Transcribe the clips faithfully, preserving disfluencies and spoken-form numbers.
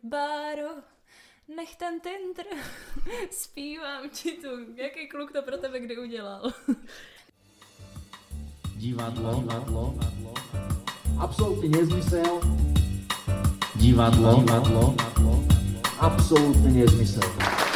Báro, nech ten Tinder, zpívám ti tu, jaký kluk to pro tebe kdy udělal. Divadlo, divadlo, absolutně nezmysel. Divadlo, divadlo, absolutně nezmysel.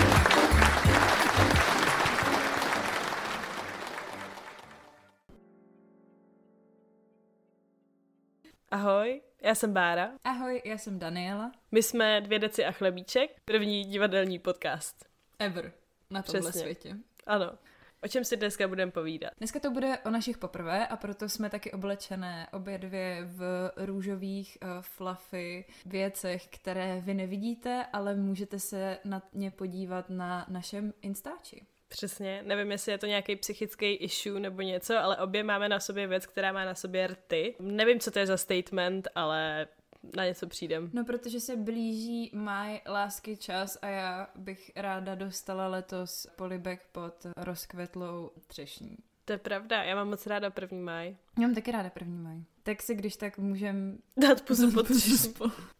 Ahoj, já jsem Bára. Ahoj, já jsem Daniela. My jsme Dvě deci a chlebíček, první divadelní podcast. Ever na tomhle Přesně. světě. Ano. O čem si dneska budeme povídat? Dneska to bude o našich poprvé a proto jsme taky oblečené obě dvě v růžových uh, fluffy věcech, které vy nevidíte, ale můžete se na ně podívat na našem Instači. Přesně, nevím, jestli je to nějaký psychický issue nebo něco, ale obě máme na sobě věc, která má na sobě rty. Nevím, co to je za statement, ale na něco přijdem. No, protože se blíží máj, lásky čas a já bych ráda dostala letos polibek pod rozkvetlou třešní. To je pravda, já mám moc ráda první máj. Já mám taky ráda první máj. Tak si když tak můžem Dát pusu pod třešní.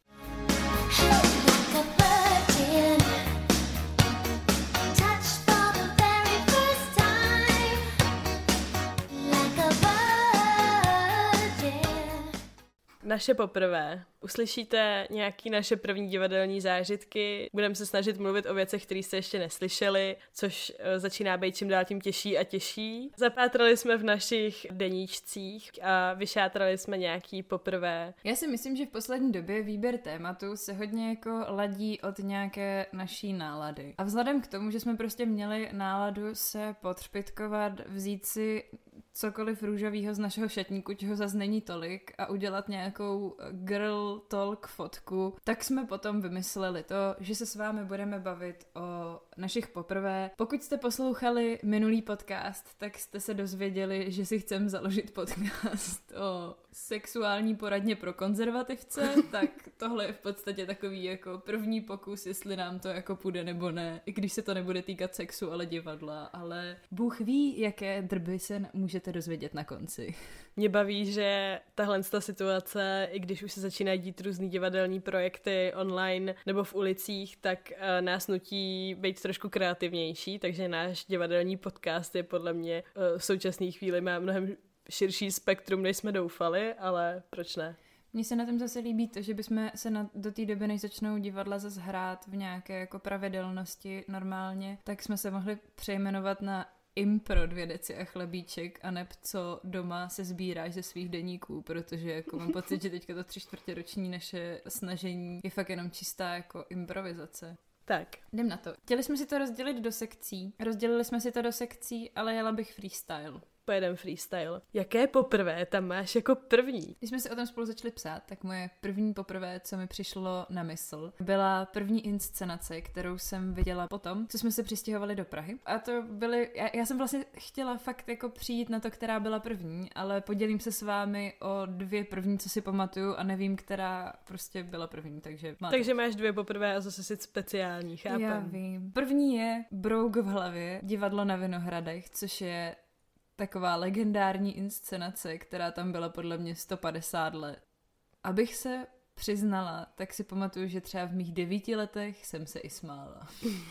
Naše poprvé. Uslyšíte nějaký naše první divadelní zážitky, budeme se snažit mluvit o věcech, které jste ještě neslyšeli, což začíná být čím dál tím těžší a těžší. Zapátrali jsme v našich deníčcích a vyšátrali jsme nějaký poprvé. Já si myslím, že v poslední době výběr tématu se hodně jako ladí od nějaké naší nálady. A vzhledem k tomu, že jsme prostě měli náladu se potřpitkovat, vzít si cokoliv růžovýho z našeho šatníku, čeho zase není tolik, a udělat nějakou girl talk fotku, tak jsme potom vymysleli to, že se s vámi budeme bavit o našich poprvé. Pokud jste poslouchali minulý podcast, tak jste se dozvěděli, že si chcem založit podcast o sexuální poradně pro konzervativce, tak tohle je v podstatě takový jako první pokus, jestli nám to jako půjde nebo ne, i když se to nebude týkat sexu, ale divadla, ale Bůh ví, jaké drby se můžete dozvědět na konci. Mě baví, že tahle situace, i když už se začínají dít různý divadelní projekty online nebo v ulicích, tak uh, nás nutí být trošku kreativnější, takže náš divadelní podcast je podle mě uh, v současné chvíli má mnohem širší spektrum, než jsme doufali, ale proč ne? Mně se na tom zase líbí to, že bychom se na, do té doby, než začnou divadla zase hrát v nějaké jako pravidelnosti normálně, tak jsme se mohli přejmenovat na Impro Dvě deci a chlebíček a neb co doma se sbíráš ze svých deníků, protože jako mám pocit, že teďka to tři čtvrtě roční naše snažení je fakt jenom čistá jako improvizace. Tak. Jdem na to. Chtěli jsme si to rozdělit do sekcí, rozdělili jsme si to do sekcí, ale jela bych freestyle. Pojedem freestyle. Jaké poprvé tam máš jako první? Když jsme si o tom spolu začali psát, tak moje první poprvé, co mi přišlo na mysl, byla první inscenace, kterou jsem viděla potom, co jsme se přistěhovali do Prahy. A to byly, já, já jsem vlastně chtěla fakt jako přijít na to, která byla první, ale podělím se s vámi o dvě první, co si pamatuju, a nevím, která prostě byla první, takže máte. Takže máš dvě poprvé a zase si speciální, chápem. Já vím. První je Brouk v hlavě, divadlo na Vinohradech, což je taková legendární inscenace, která tam byla podle mě sto padesát let. Abych se přiznala, tak si pamatuju, že třeba v mých devíti letech jsem se i smála.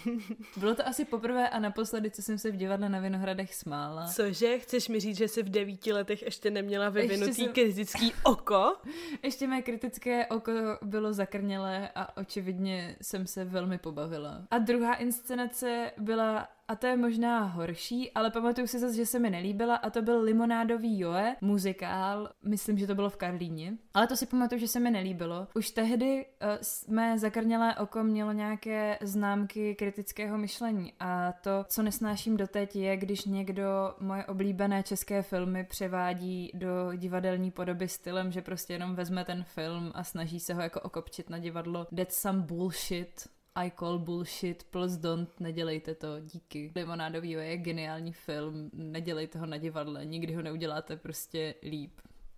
Bylo to asi poprvé a naposledy, co jsem se v divadle na Vinohradech smála. Cože? Chceš mi říct, že jsi v devíti letech ještě neměla vyvinutý jsem... kritický oko? Ještě mé kritické oko bylo zakrnělé a očividně jsem se velmi pobavila. A druhá inscenace byla, a to je možná horší, ale pamatuju si zase, že se mi nelíbila, a to byl Limonádový Joe, muzikál, myslím, že to bylo v Karlíně, ale to si pamatuju, že se mi nelíbilo. Už tehdy uh, mé zakrnělé oko mělo nějaké známky kritického myšlení a to, co nesnáším doteď, je, když někdo moje oblíbené české filmy převádí do divadelní podoby stylem, že prostě jenom vezme ten film a snaží se ho jako okopčit na divadlo. That's some bullshit. I call bullshit, plus don't, nedělejte to, díky. Limonádový je geniální film, nedělejte ho na divadle, nikdy ho neuděláte prostě líp.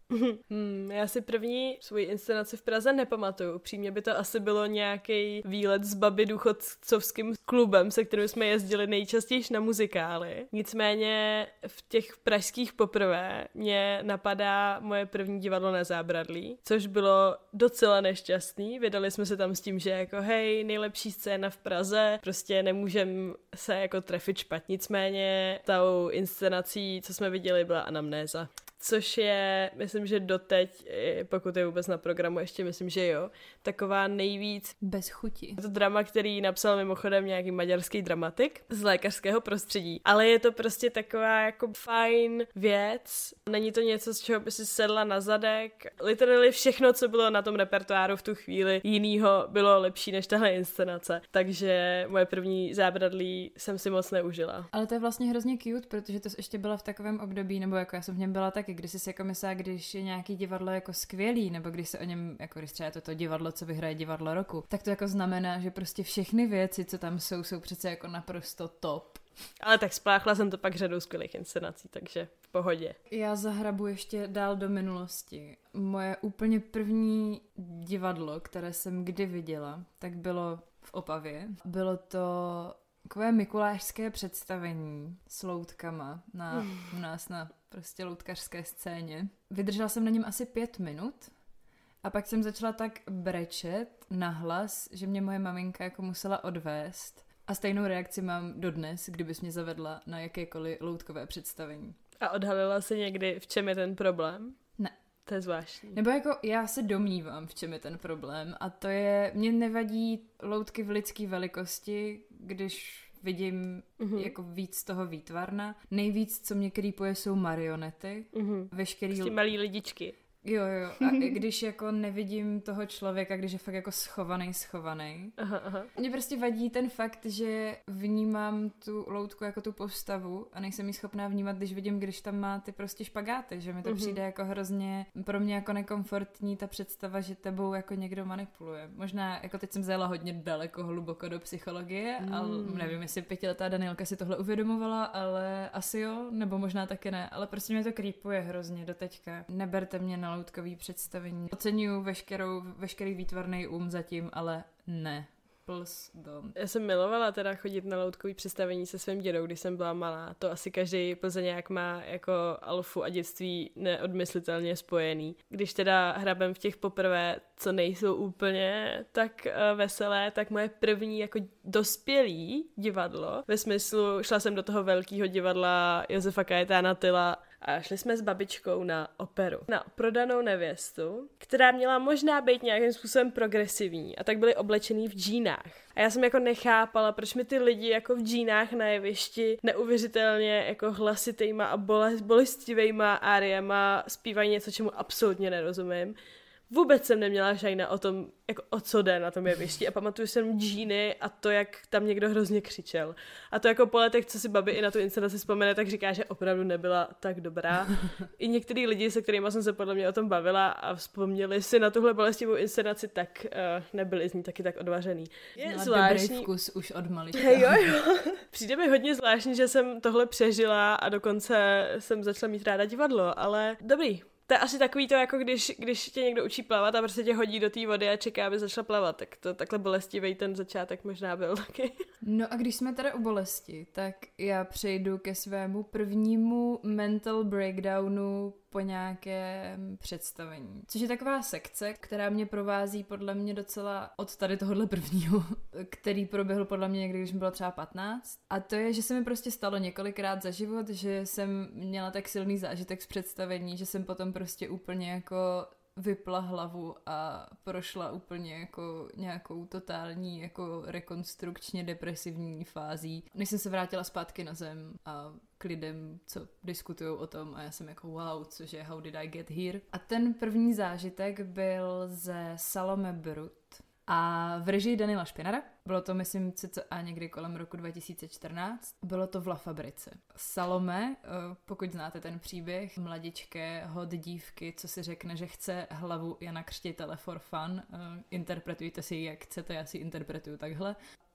Hmm, já si první svoji inscenaci v Praze nepamatuju. Upřímně by to asi bylo nějaký výlet s babi důchodcovským klubem, se kterým jsme jezdili nejčastěji na muzikály. Nicméně v těch pražských poprvé mě napadá moje první divadlo na Zábradlí, což bylo docela nešťastný. Vydali jsme se tam s tím, že jako hej, nejlepší scéna v Praze, prostě nemůžem se jako trefit špatně. Nicméně tou inscenací, co jsme viděli, byla Anamnéza. Což je, myslím, že doteď, pokud je vůbec na programu, ještě myslím, že jo, taková nejvíc... Bez chuti. Je to drama, který napsal mimochodem nějaký maďarský dramatik z lékařského prostředí. Ale je to prostě taková jako fajn věc. Není to něco, z čeho by si sedla na zadek. Literally všechno, co bylo na tom repertoáru v tu chvíli jinýho, bylo lepší než tahle inscenace. Takže moje první Zábradlí jsem si moc neužila. Ale to je vlastně hrozně cute, protože to ještě byla v takovém období, nebo jako já jsem v něm byla taky, když jsi si jako myslela, když je nějaký divadlo jako skvělý, nebo když se o něm, jako když třeba je to to divadlo, co vyhraje divadlo roku, tak to jako znamená, že prostě všechny věci, co tam jsou, jsou přece jako naprosto top. Ale tak spláchla jsem to pak řadou skvělých inscenací, takže v pohodě. Já zahrabu ještě dál do minulosti. Moje úplně první divadlo, které jsem kdy viděla, tak bylo v Opavě. Bylo to takové mikulášské představení s loutkama na, u nás na prostě loutkařské scéně. Vydržela jsem na něm asi pět minut a pak jsem začala tak brečet nahlas, že mě moje maminka jako musela odvést. A stejnou reakci mám dodnes, kdybys mě zavedla na jakékoliv loutkové představení. A odhalila se někdy, v čem je ten problém? Ne. To je zvláštní. Nebo jako já se domnívám, v čem je ten problém. A to je, mně nevadí loutky v lidské velikosti, když vidím uh-huh. jako víc toho výtvarna. Nejvíc, co mě creepuje, jsou marionety. Uh-huh. Veškerý... Prostě malý lidičky. Jo, jo. A i když jako nevidím toho člověka, když je fakt jako schovaný, schovaný. Aha, aha. Mně prostě vadí ten fakt, že vnímám tu loutku jako tu postavu a nejsem jí schopná vnímat, když vidím, když tam má ty prostě špagáty, že mi to uh-huh. přijde jako hrozně, pro mě jako nekomfortní ta představa, že tebou jako někdo manipuluje. Možná, jako teď jsem zajela hodně daleko, hluboko do psychologie, mm. ale nevím, jestli pětiletá Danielka si tohle uvědomovala, ale asi jo, nebo možná taky ne, ale prostě mě to creepuje hrozně do teďka. Neberte mě na loutkový představení. Oceňuju veškerou, veškerý výtvarný um zatím, ale ne. Plus dom. Já jsem milovala teda chodit na loutkový představení se svým dědou, když jsem byla malá. To asi každý plzeňák má jako alfu a dětství neodmyslitelně spojený. Když teda hrabem v těch poprvé, co nejsou úplně tak uh, veselé, tak moje první jako dospělý divadlo, ve smyslu, šla jsem do toho velkého divadla Josefa Kajetána Tyla a šli jsme s babičkou na operu. Na Prodanou nevěstu, která měla možná být nějakým způsobem progresivní a tak byli oblečený v džínách. A já jsem jako nechápala, proč mi ty lidi jako v džínách na jevišti neuvěřitelně jako hlasitýma a bolestivejma áriema zpívají něco, čemu absolutně nerozumím. Vůbec jsem neměla žajna o tom, jako o co jde na tom jevišti a pamatuju jsem džíny a to, jak tam někdo hrozně křičel. A to jako po letech, co si babi i na tu inscenaci vzpomene, tak říká, že opravdu nebyla tak dobrá. I některý lidi, se kterými jsem se podle mě o tom bavila a vzpomněli si na tuhle bolestivou inscenaci, tak uh, nebyli z ní taky tak odvařený. Je zvláštní. Dobrý vkus už od malička. Hey, jo, jo. Přijde mi hodně zvláštní, že jsem tohle přežila a dokonce jsem začala mít ráda divadlo, ale dobrý. To je asi takový to, jako když, když tě někdo učí plavat a prostě tě hodí do té vody a čeká, aby začala plavat, tak to takhle bolestivý ten začátek možná byl taky. No a když jsme teda u bolesti, tak já přejdu ke svému prvnímu mental breakdownu po nějakém představení. Což je taková sekce, která mě provází podle mě docela od tady tohohle prvního, který proběhl podle mě někdy, když mi bylo třeba patnáct. A to je, že se mi prostě stalo několikrát za život, že jsem měla tak silný zážitek z představení, že jsem potom prostě úplně jako vypla hlavu a prošla úplně jako nějakou totální jako rekonstrukčně depresivní fází. Než jsem se vrátila zpátky na zem a k lidem, co diskutujou o tom a já jsem jako wow, cože how did I get here? A ten první zážitek byl ze Salome Brut a v režii Daniela Špinara. Bylo to, myslím, cca někdy kolem roku dva tisíce čtrnáct. Bylo to v La Fabrice. Salome, pokud znáte ten příběh, mladičké hot dívky, co si řekne, že chce hlavu Jana Křtitele for fun. Interpretujte si ji, jak chcete, já si interpretuju takhle.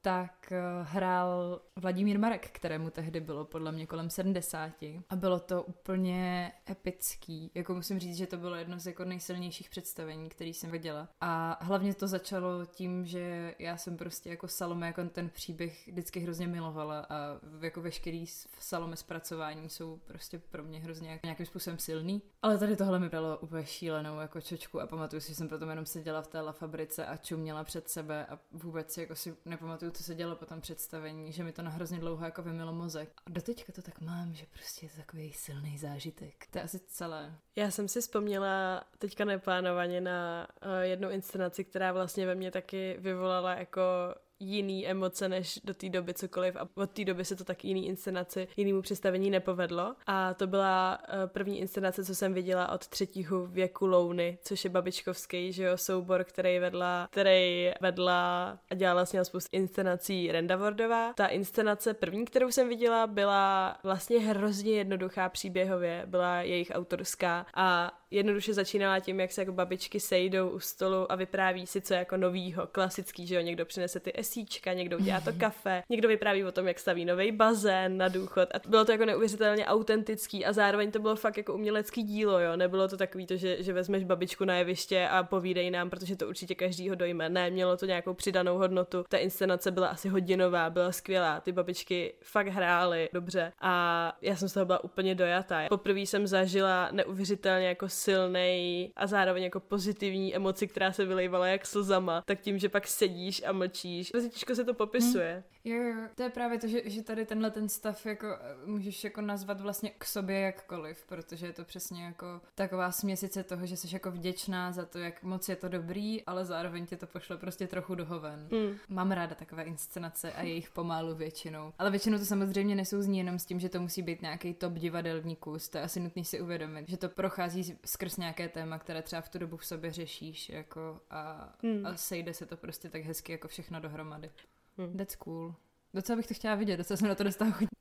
tak hrál Vladimír Marek, kterému tehdy bylo podle mě kolem sedmdesáti. A bylo to úplně epický. Jako musím říct, že to bylo jedno z jako nejsilnějších představení, který jsem viděla. A hlavně to začalo tím, že já jsem prostě jako Salome, jako ten příběh vždycky hrozně milovala a jako veškerý Salome zpracování jsou prostě pro mě hrozně nějakým způsobem silný. Ale tady tohle mi dalo úplně šílenou jako čočku a pamatuju si, že jsem potom jenom seděla v té La Fabrice a čuměla před sebe a vůbec jako si nepamatuju, co se dělo po tom představení, že mi to na hrozně dlouho jako vymilo mozek. A doteďka to tak mám, že prostě je to takový silný zážitek. To je asi celé. Já jsem si vzpomněla teďka neplánovaně na uh, jednu inscenaci, která vlastně ve mně taky vyvolala jako jiný emoce než do té doby cokoliv a od té doby se to tak jiný inscenaci, jinému představení nepovedlo a to byla uh, první inscenace, co jsem viděla od třetího věku Louny, což je babičkovský, že jo, soubor, který vedla, který vedla a dělala vlastně spoustu inscenací Renda Wardová. Ta inscenace první, kterou jsem viděla, byla vlastně hrozně jednoduchá příběhově, byla jejich autorská a jednoduše začínala tím, jak se jako babičky sejdou u stolu a vypráví si, co je jako novýho, klasický, že jo, někdo přinese ty esíčka, někdo udělá to kafe, někdo vypráví o tom, jak staví nový bazén na důchod a bylo to jako neuvěřitelně autentický a zároveň to bylo fakt jako umělecký dílo, jo, nebylo to takový to, že, že vezmeš babičku na jeviště a povídej nám, protože to určitě každýho dojme, ne, mělo to nějakou přidanou hodnotu, ta inscenace byla asi hodinová, byla skvělá, ty babičky fakt hrály dobře a já jsem z toho byla úplně dojatá. Poprvé jsem zažila neuvěřitelně jako silnej a zároveň jako pozitivní emoci, která se vylejvala jak slzama, tak tím, že pak sedíš a mlčíš. Vždyť těžko se to popisuje. Hmm. Jo, jo, to je právě to, že, že tady tenhle ten stav jako můžeš jako nazvat vlastně k sobě jakkoliv, protože je to přesně jako taková směsice toho, že jsi jako vděčná za to, jak moc je to dobrý, ale zároveň tě to pošle prostě trochu do hoven. Hmm. Mám ráda takové inscenace a jejich pomálu většinou. Ale většinou to samozřejmě nesouzní jenom s tím, že to musí být nějaký top divadelní kus. To je asi nutný si uvědomit, že to prochází skrz nějaké téma, které třeba v tu dobu v sobě řešíš jako a, hmm. a sejde se to prostě tak hezky jako všechno dohromady. Hmm. That's cool. Docela bych to chtěla vidět, docela jsem na to dostala chuť.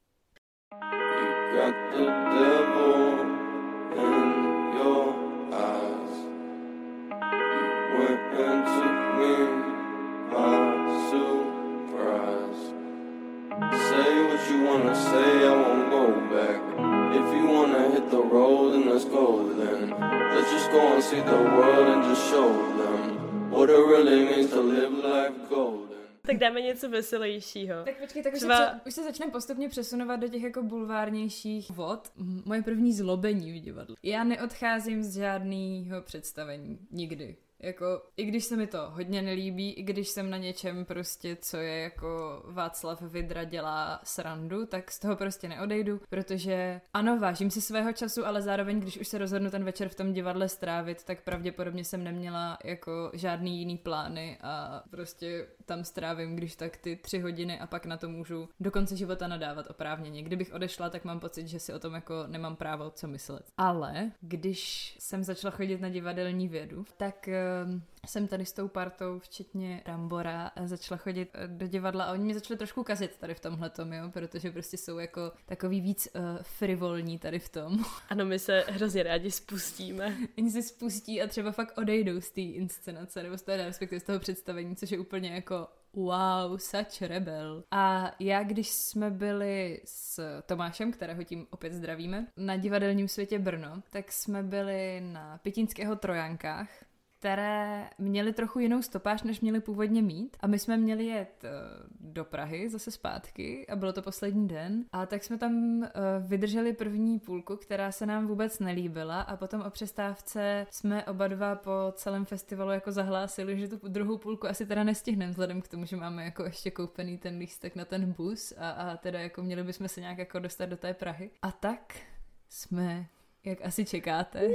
Tak dáme něco veselějšího. Tak počkej, tak už, Třeba... se, už se začneme postupně přesunovat do těch jako bulvárnějších vod. Moje první zlobení v divadle. Já neodcházím z žádného představení. Nikdy. Jako, i když se mi to hodně nelíbí, i když jsem na něčem prostě, co je jako Václav Vidra dělá srandu, tak z toho prostě neodejdu, protože ano, vážím si svého času, ale zároveň, když už se rozhodnu ten večer v tom divadle strávit, tak pravděpodobně jsem neměla jako žádný jiný plány a prostě tam strávím, když tak ty tři hodiny a pak na to můžu do konce života nadávat oprávněně. Kdybych odešla, tak mám pocit, že si o tom jako nemám právo co myslet. Ale když jsem začala chodit na divadelní vědu, tak jsem tady s tou partou, včetně Rambora, začala chodit do divadla a oni mě začali trošku kazit tady v tomhletom, jo, protože prostě jsou jako takový víc uh, frivolní tady v tom. Ano, my se hrozně rádi spustíme. Oni se spustí a třeba fakt odejdou z té inscenace, nebo z té, respektive z toho představení, což je úplně jako wow, such rebel. A já, když jsme byli s Tomášem, kterého tím opět zdravíme, na divadelním světě Brno, tak jsme byli na Pětínského Trojankách, které měly trochu jinou stopáž, než měly původně mít. A my jsme měli jet do Prahy zase zpátky a bylo to poslední den. A tak jsme tam vydrželi první půlku, která se nám vůbec nelíbila a potom o přestávce jsme oba dva po celém festivalu jako zahlásili, že tu druhou půlku asi teda nestihneme, vzhledem k tomu, že máme jako ještě koupený ten lístek na ten bus a, a teda jako měli bychom se nějak jako dostat do té Prahy. A tak jsme, jak asi čekáte,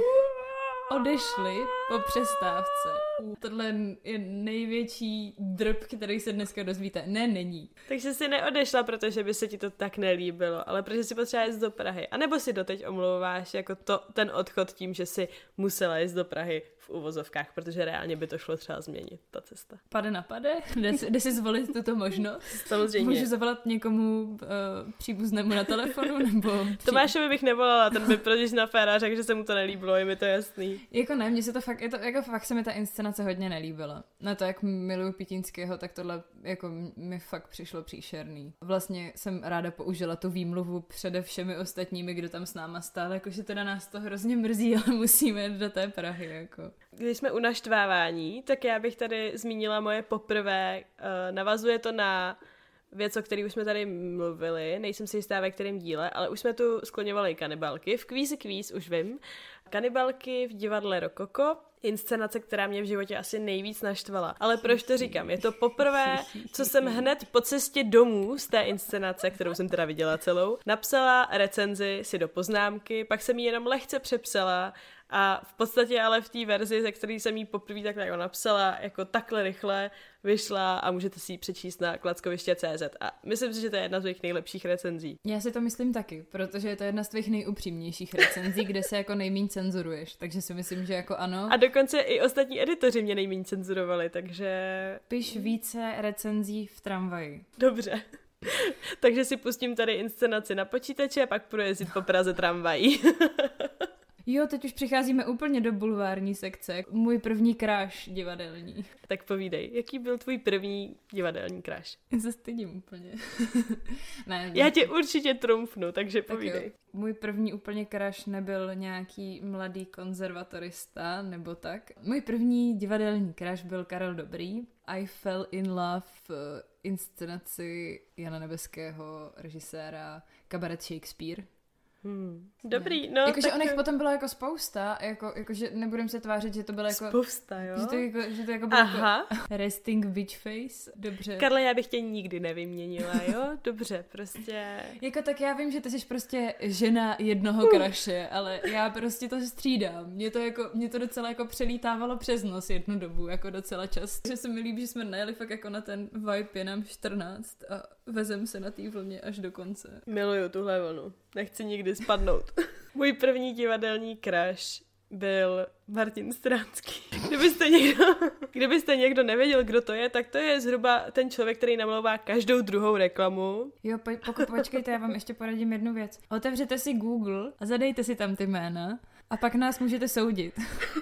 odešli po přestávce. Tohle je největší drb, který se dneska dozvíte. Ne, není. Takže si neodešla, protože by se ti to tak nelíbilo, ale protože si potřeba jít do Prahy. A nebo si doteď omlouváš jako to, ten odchod tím, že si musela jít do Prahy v uvozovkách, protože reálně by to šlo třeba změnit, ta cesta. Pade na pade? Jde si, jde si zvolit tuto možnost? Samozřejmě. Můžu zavolat někomu uh, příbuznému na telefonu, nebo... Pří... Tomášovi bych nevolala, ten by protiž na féra řekl, že se mu to nelíbilo, je mi to jasný. Jako ne, mně se to fakt fakt, je to, jako fakt se mi ta inscenace hodně nelíbila. Na to, jak miluju Pitínského, tak tohle jako mi fakt přišlo příšerný. Vlastně jsem ráda použila tu výmluvu přede všemi ostatními, kdo tam s náma stál, jakože teda nás to hrozně mrzí, ale musíme jít do té Prahy, jako. Když jsme u naštvávání, tak já bych tady zmínila moje poprvé, uh, navazuje to na věc, o který už jsme tady mluvili, nejsem si jistá, ve kterém díle, ale už jsme tu skloňovali kanibalky. V Kvízi kvíz už vím. Kanibalky v divadle Rokoko, inscenace, která mě v životě asi nejvíc naštvala. Ale proč to říkám? Je to poprvé, co jsem hned po cestě domů z té inscenace, kterou jsem teda viděla celou, napsala recenzi si do poznámky, pak jsem ji jenom lehce přepsala a v podstatě ale v té verzi, ze které jsem jí poprvé takhle jako napsala, jako takhle rychle vyšla a můžete si ji přečíst na klackoviště tečka cé zet. A myslím si, že to je jedna z těch nejlepších recenzí. Já si to myslím taky, protože je to jedna z tvých nejupřímnějších recenzí, kde se jako nejméně cenzuruješ, takže si myslím, že jako ano. A dokonce i ostatní editoři mě nejméně cenzurovali, takže... Piš více recenzí v tramvaji. Dobře. Takže si pustím tady inscenaci na počítači a pak půjdu jezdit po Praze tramvají. Jo, teď už přicházíme úplně do bulvární sekce. Můj první crush divadelní. Tak povídej, jaký byl tvůj první divadelní crush? Já se stydím úplně. ne, Já tě určitě trumfnu, takže tak povídej. Jo. Můj první úplně crush nebyl nějaký mladý konzervatorista nebo tak. Můj první divadelní crush byl Karel Dobrý. I fell in love v inscenaci Jana Nebeského, režiséra Kabaret Shakespeare. Hmm. Dobrý, no. Jakože tak... on jich potom bylo jako spousta, jako, jakože nebudem se tvářit, že to bylo jako... Spousta, jo? Že to jako, že to jako bylo Aha. jako resting bitch face, dobře. Karle, já bych tě nikdy nevyměnila, jo? Dobře, prostě... Jako tak já vím, že ty jsi prostě žena jednoho kraše, ale já prostě to střídám. Mě to jako, mě to docela jako přelítávalo přes nos jednu dobu, jako docela čas. Že se mi líbí, že jsme najeli fakt jako na ten vibe, je nám čtrnáct a vezem se na té vlně až do konce. Miluju tuhle vlnu. Nechci nikdy spadnout. Můj první divadelní crush byl Martin Stránský. Kdybyste někdo, kdybyste někdo nevěděl, kdo to je, tak to je zhruba ten člověk, který namlouvá každou druhou reklamu. Jo, po, pokud počkejte, já vám ještě poradím jednu věc. Otevřete si Google a zadejte si tam ty jména a pak nás můžete soudit.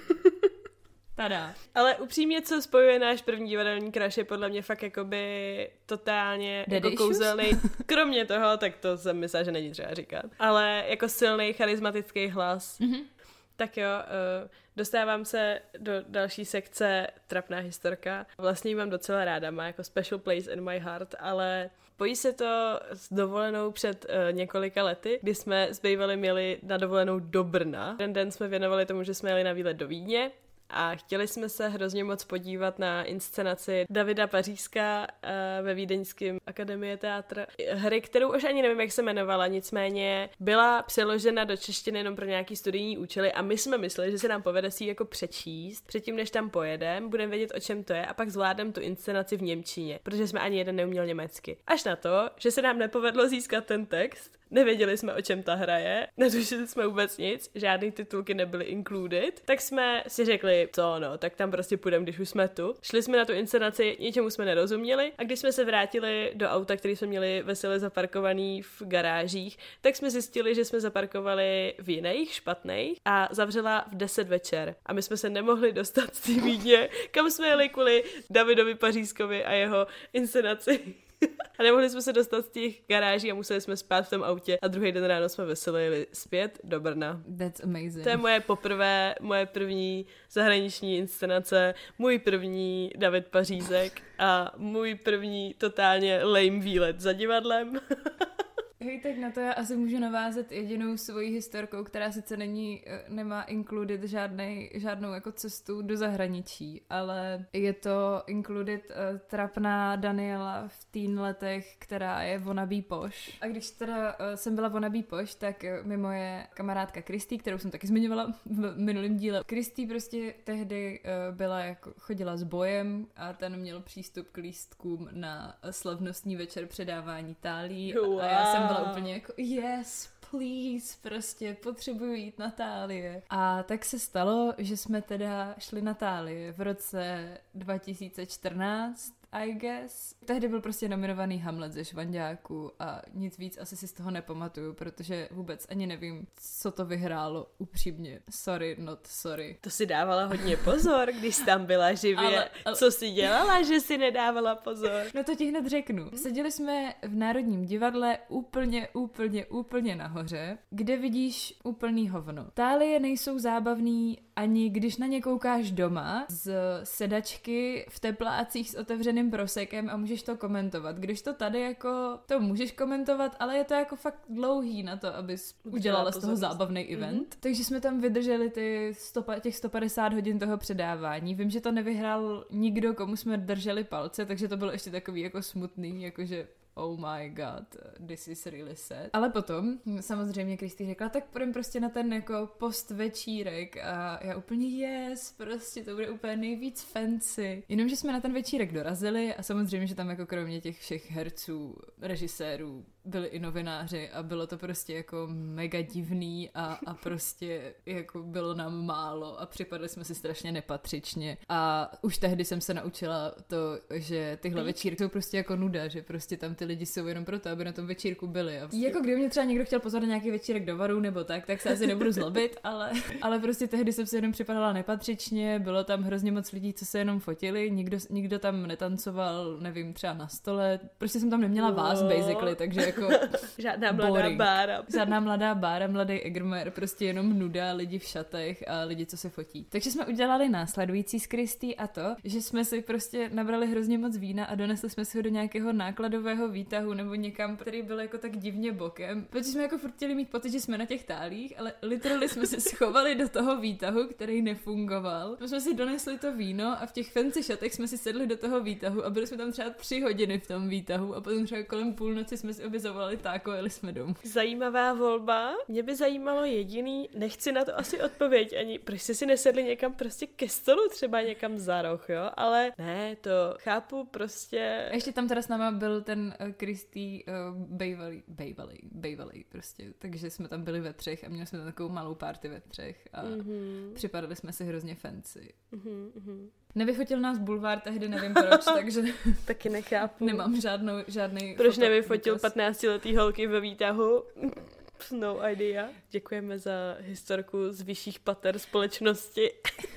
Tada. Ale upřímně, co spojuje náš první divadelní crush, je podle mě fakt jakoby totálně Daddy jako kouzelný. Kromě toho, tak to jsem myslela, že není třeba říkat. Ale jako silný, charismatický hlas. Mm-hmm. Tak jo, uh, dostávám se do další sekce Trapná historka. Vlastně ji mám docela ráda, má jako special place in my heart, ale pojí se to s dovolenou před uh, několika lety, kdy jsme s bývali měli na dovolenou do Brna. Ten den jsme věnovali tomu, že jsme jeli na výlet do Vídně. A chtěli jsme se hrozně moc podívat na inscenaci Davida Pařízka uh, ve Vídeňském akademie teatr. Hry, kterou už ani nevím, jak se jmenovala, nicméně byla přeložena do češtiny jenom pro nějaký studijní účely a my jsme mysleli, že se nám povede si ji jako přečíst předtím, než tam pojedeme, budeme vědět, o čem to je a pak zvládneme tu inscenaci v němčině, protože jsme ani jeden neuměl německy. Až na to, že se nám nepovedlo získat ten text, nevěděli jsme, o čem ta hra je, netušili jsme vůbec nic, žádný titulky nebyly included, tak jsme si řekli, co no, tak tam prostě půjdeme, když už jsme tu. Šli jsme na tu inscenaci, ničemu jsme nerozuměli a když jsme se vrátili do auta, který jsme měli veselé zaparkovaný v garážích, tak jsme zjistili, že jsme zaparkovali v jiných, špatných a zavřela v deset večer. A my jsme se nemohli dostat z té Vídně, kam jsme jeli kvůli Davidovi Pařízkovi a jeho inscenaci. A nemohli jsme se dostat z těch garáží a museli jsme spát v tom autě a druhý den ráno jsme veselé jeli zpět do Brna. That's amazing. To je moje poprvé, moje první zahraniční inscenace, můj první David Pařízek a můj první totálně lame výlet za divadlem. Hej, tak na to já asi můžu navázat jedinou svojí historkou, která sice není, nemá included žádnej, žádnou jako cestu do zahraničí, ale je to included uh, trapná Daniela v teen letech, která je wannabe poš. A když teda uh, jsem byla wannabe poš, tak uh, mi moje kamarádka Kristý, kterou jsem taky zmiňovala v minulém díle. Kristý prostě tehdy uh, byla jako, chodila s bojem a ten měl přístup k lístkům na slavnostní večer předávání tálí wow. a já jsem byla úplně jako yes, please, prostě potřebuji jít na Tálie. A tak se stalo, že jsme teda šli na Tálie v roce dva tisíce čtrnáct I guess. Tehdy byl prostě nominovaný Hamlet ze Švanďáku a nic víc asi si z toho nepamatuju, protože vůbec ani nevím, co to vyhrálo upřímně. Sorry, not sorry. To si dávala hodně pozor, když jsi tam byla živě. Ale, ale... Co jsi dělala, že si nedávala pozor? No to ti hned řeknu. Seděli jsme v Národním divadle úplně, úplně, úplně nahoře, kde vidíš úplný hovno. Tálie nejsou zábavný ani když na ně koukáš doma z sedačky v teplácích s otevřeným prosekem a můžeš to komentovat. Když to tady jako, to můžeš komentovat, ale je to jako fakt dlouhý na to, abys udělala z toho zábavný event. Mm-hmm. Takže jsme tam vydrželi ty sto, těch sto padesát hodin toho předávání. Vím, že to nevyhrál nikdo, komu jsme drželi palce, takže to bylo ještě takový jako smutný, jakože oh my god, this is really sad. Ale potom, samozřejmě Kristý řekla, tak půjdem prostě na ten jako post večírek a já úplně yes, prostě to bude úplně nejvíc fancy. Jenomže jsme na ten večírek dorazili a samozřejmě, že tam jako kromě těch všech herců, režisérů, byli i novináři a bylo to prostě jako mega divný a, a prostě jako bylo nám málo a připadli jsme si strašně nepatřičně a už tehdy jsem se naučila to, že tyhle večírky jsou prostě jako nuda, že prostě tam ty lidi jsou jenom proto, aby na tom večírku byli. A prostě... Jako kdyby mě třeba někdo chtěl pozvat na nějaký večírek do Varu nebo tak, tak se asi nebudu zlobit, ale, ale prostě tehdy jsem se jenom připadala nepatřičně, bylo tam hrozně moc lidí, co se jenom fotili, nikdo, nikdo tam netancoval, nevím, třeba na stole, prostě jsem tam neměla vás basically, takže jako žádná mladá boring. Bára. Žádná mladá Bára, mladý Egermer, prostě jenom nuda, lidi v šatech a lidi, co se fotí. Takže jsme udělali následující s Kristý a to, že jsme si prostě nabrali hrozně moc vína a donesli jsme si ho do nějakého nákladového výtahu nebo někam, který byl jako tak divně bokem. Protože jsme jako furt chtěli mít pocit, že jsme na těch tálích, ale literally jsme se schovali do toho výtahu, který nefungoval. My jsme si donesli to víno a v těch fancy šatech jsme si sedli do toho výtahu a byli jsme tam třeba tři hodiny v tom výtahu a potom třeba kolem půlnoci jsme si obě zavolali táko a jeli jsme domů. Zajímavá volba. Mě by zajímalo jediný, nechci na to asi odpověď ani, proč jste si nesedli někam prostě ke stolu, třeba někam za roh, jo, ale ne, to chápu prostě. Ještě tam teda s náma byl ten uh, Kristý uh, bejvalý, bejvalý, bejvalý prostě, takže jsme tam byli ve třech a měli jsme tam takovou malou party ve třech a mm-hmm. připadali jsme si hrozně fancy. Mm-hmm. Nevyfotil nás bulvár tehdy, nevím proč, takže taky nechápu. Nemám žádnou, žádný Proč foto, nevyfotil důkaz. patnáctiletý holky ve výtahu? No idea. Děkujeme za historku z vyšších pater společnosti.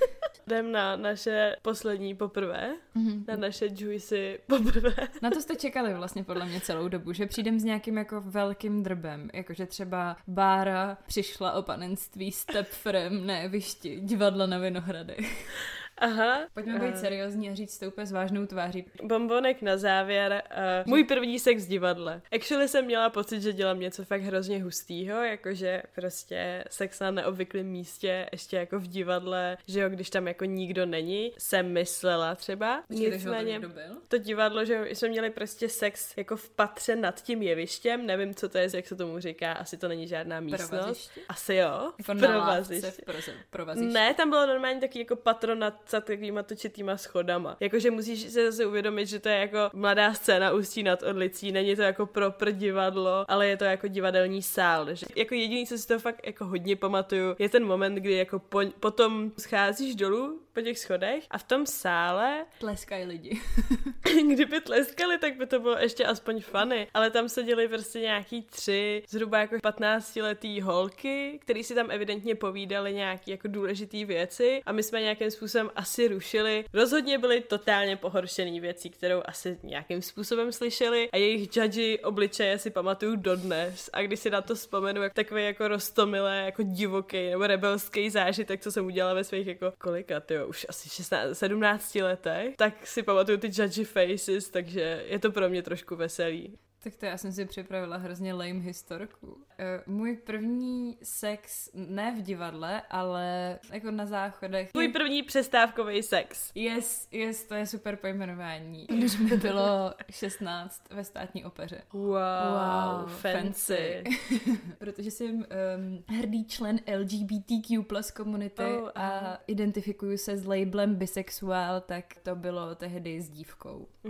Jdem na naše poslední poprvé, mm-hmm. na naše juicy poprvé. Na to jste čekali vlastně podle mě celou dobu, že přijdem s nějakým jako velkým drbem, jakože třeba Bára přišla o panenství s Tepfrem na jevišti divadla na Vinohradech. Aha. Pojďme být seriózní a říct to úplně s vážnou tváří. Bombonek na závěr. Uh, můj první sex v divadle. Actually jsem měla pocit, že dělám něco fakt hrozně hustýho, jakože prostě sex na neobvyklém místě, ještě jako v divadle, že jo, když tam jako nikdo není, jsem myslela třeba. Nicméně to divadlo, že jo, jsme měli prostě sex jako v patře nad tím jevištěm, nevím, co to je, jak se tomu říká, asi to není žádná místnost. Provaziště? Asi jo. Jako na lávce v provaziště. Ne, tam bylo normálně taky jako patro nad za takovýma točitýma schodama. Jakože musíš se zase uvědomit, že to je jako mladá scéna Ústí nad Orlicí, není to jako proper divadlo, ale je to jako divadelní sál. Že? Jako jediný, co si to fakt jako hodně pamatuju, je ten moment, kdy jako po, potom scházíš dolů po těch schodech a v tom sále tleskají lidi. Kdyby tleskali, tak by to bylo ještě aspoň funny, ale tam seděli prostě nějaký tři, zhruba jako patnáctiletý holky, který si tam evidentně povídali nějaký jako důležitý věci a my jsme nějakým způsobem asi rušili. Rozhodně byly totálně pohoršený věci, kterou asi nějakým způsobem slyšeli a jejich judgy obličeje si pamatuju dodnes a když si na to vzpomenu, jak takový jako roztomilé, jako divoký nebo rebelský zážitek, co jsem udělala ve svých jako kolika, tyjo, už asi šestnáct, sedmnáct letech, tak si pamatuju ty judgy faces, takže je to pro mě trošku veselý. Tak to já jsem si připravila hrozně lame historku. Uh, můj první sex, ne v divadle, ale jako na záchodech. Můj první přestávkový sex. Yes, yes, to je super pojmenování. Když mi bylo šestnáct ve Státní opeře. Wow, wow fancy. fancy. Protože jsem um, hrdý člen L G B T Q plus komunity oh, a uh. identifikuju se s labelem bisexuál, tak to bylo tehdy s dívkou. Mhm.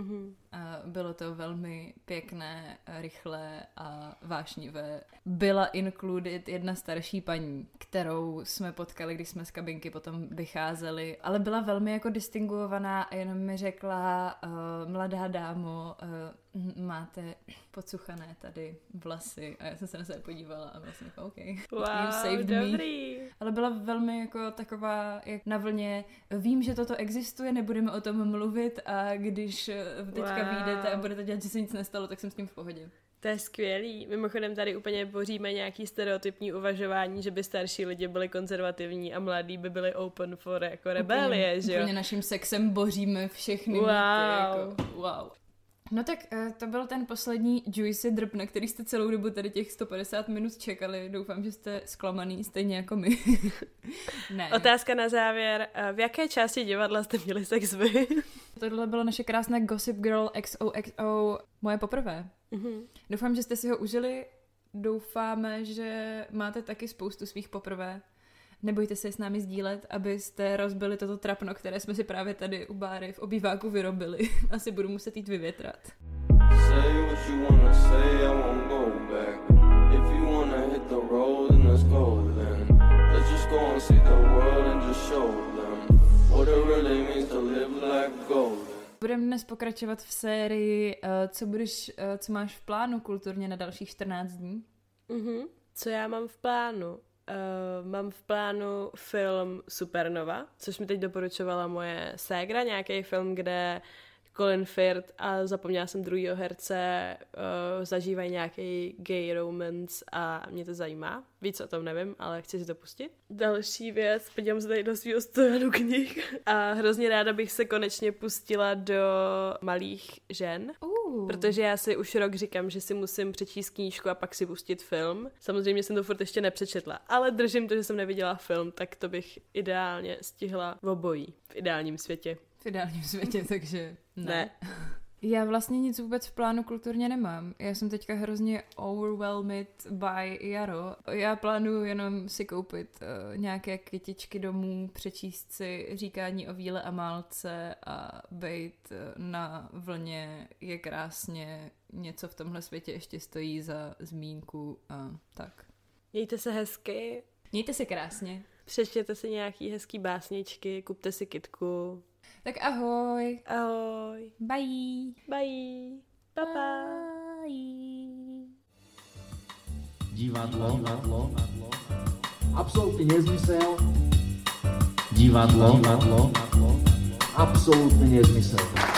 A bylo to velmi pěkné, rychlé a vášnivé. Byla included jedna starší paní, kterou jsme potkali, když jsme z kabinky potom vycházeli, ale byla velmi jako distinguovaná a jenom mi řekla, uh, mladá dámo, uh, máte podsuchané tady vlasy. A já jsem se na sebe podívala a vlastně jako OK. Wow, you saved dobrý. Me. Ale byla velmi jako taková, jak na vlně, vím, že toto existuje, nebudeme o tom mluvit a když teďka wow. vyjdete a budete dělat, že se nic nestalo, tak jsem s tím v pohodě. To je skvělý. Mimochodem tady úplně boříme nějaký stereotypní uvažování, že by starší lidi byli konzervativní a mladí by byli open for jako rebelie, že jo? Úplně naším sexem boříme všechny wow. mýty, jako wow. No tak to byl ten poslední juicy drb, na který jste celou dobu tady těch sto padesát minut čekali. Doufám, že jste zklamaný, stejně jako my. Ne. Otázka na závěr. V jaké části divadla jste měli sex vy? Tohle bylo naše krásné Gossip Girl X O X O moje poprvé. Mm-hmm. Doufám, že jste si ho užili. Doufáme, že máte taky spoustu svých poprvé. Nebojte se s námi sdílet, abyste rozbili toto trapno, které jsme si právě tady u Báry v obýváku vyrobili. Asi budu muset jít vyvětrat. Say what you wanna say, I won't go back. If you wanna hit the road, then let's go then. Let's just go and see the world and just show them what it really means to live like gold. Budeme dnes pokračovat v sérii, uh, co budeš, uh, co máš v plánu kulturně na dalších čtrnáct dní? Mm-hmm. Co já mám v plánu? Uh, mám v plánu film Supernova, což mi teď doporučovala moje ségra, nějaký film, kde Colin Firth a zapomněla jsem druhýho herce uh, zažívají nějaký gay romance a mě to zajímá. Víc o tom nevím, ale chci si to pustit. Další věc, podívám se tady do svýho stojanu knih a hrozně ráda bych se konečně pustila do Malých žen, uh. protože já si už rok říkám, že si musím přečíst knížku a pak si pustit film. Samozřejmě jsem to furt ještě nepřečetla, ale držím to, že jsem neviděla film, tak to bych ideálně stihla v obojí, v ideálním světě. V ideálním světě, takže ne. ne. Já vlastně nic vůbec v plánu kulturně nemám. Já jsem teďka hrozně overwhelmed by jaro. Já plánuju jenom si koupit uh, nějaké kytičky domů, přečíst si Říkání o víle a málce a bejt uh, na vlně je krásně. Něco v tomhle světě ještě stojí za zmínku a tak. Mějte se hezky. Mějte se krásně. Přečtěte si nějaký hezký básničky, kupte si kytku. Tak ahoj. Ahoj. Bye. Bye. Papa. Bye. Divadlo. Divadlo. Absolutný nezmysel. Divadlo. Divadlo. Absolutný nezmysel.